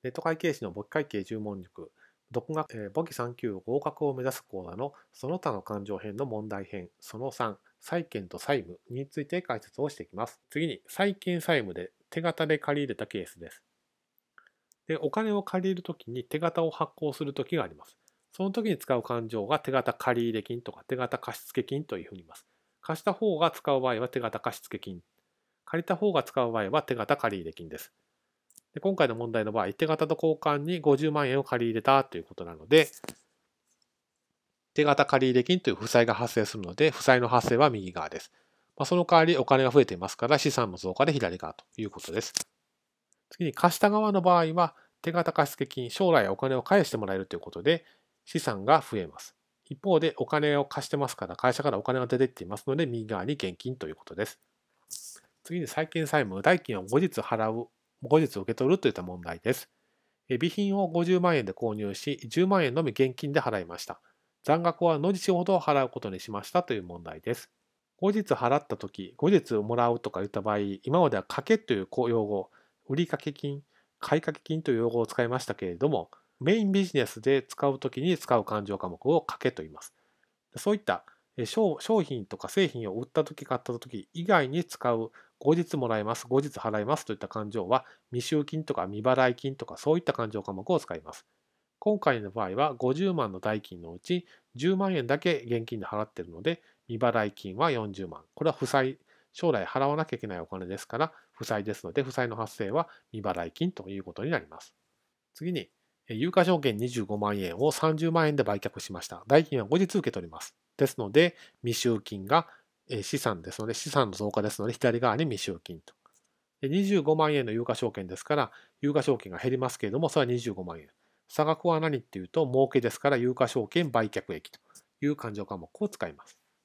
ネット会計士の簿記会計10問塾、独学、簿記3級合格を目指す講座のその他の勘定編の問題編、その3、債権と債務について解説をしていきます。次に、債権債務で手形で借り入れたケースです。で、お金を借りるときに手形を発行するときがあります。その時に使う勘定が手形借入金とか手形貸付金というふうに言います。貸した方が使う場合は手形貸付金。借りた方が使う場合は手形借入金です。で今回の問題の場合、手形と交換に50万円を借り入れたということなので、手形借入金という負債が発生するので、負債の発生は右側です。その代わりお金が増えていますから資産の増加で左側ということです。次に貸した側の場合は、手形貸付金、将来お金を返してもらえるということで、資産が増えます。一方でお金を貸してますから、会社からお金が出ていっていますので、右側に現金ということです。次に債権債務、代金を後日払う、後日受け取るといった問題です。備品を50万円で購入し、10万円のみ現金で払いました。残額は後ほど払うことにしましたという問題です。後日払ったとき、後日もらうとか言った場合、今までは掛けという用語、売掛金、買掛金という用語を使いましたけれども、メインビジネスで使うときに使う勘定科目を掛けと言います。そういった商品とか製品を売ったとき買ったとき以外に使う後日もらいます、後日払いますといった勘定は未収金とか未払い金とかそういった勘定科目を使います。今回の場合は50万の代金のうち10万円だけ現金で払っているので未払い金は40万。これは負債、将来払わなきゃいけないお金ですから負債ですので負債の発生は未払い金ということになります。次に有価証券25万円を30万円で売却しました。代金は後日受け取ります。ですので、未収金が資産ですので、資産の増加ですので、左側に未収金と。25万円の有価証券ですから、有価証券が減りますけれども、それは25万円。差額は何っていうと、儲けですから、有価証券売却益という勘定科目を使います。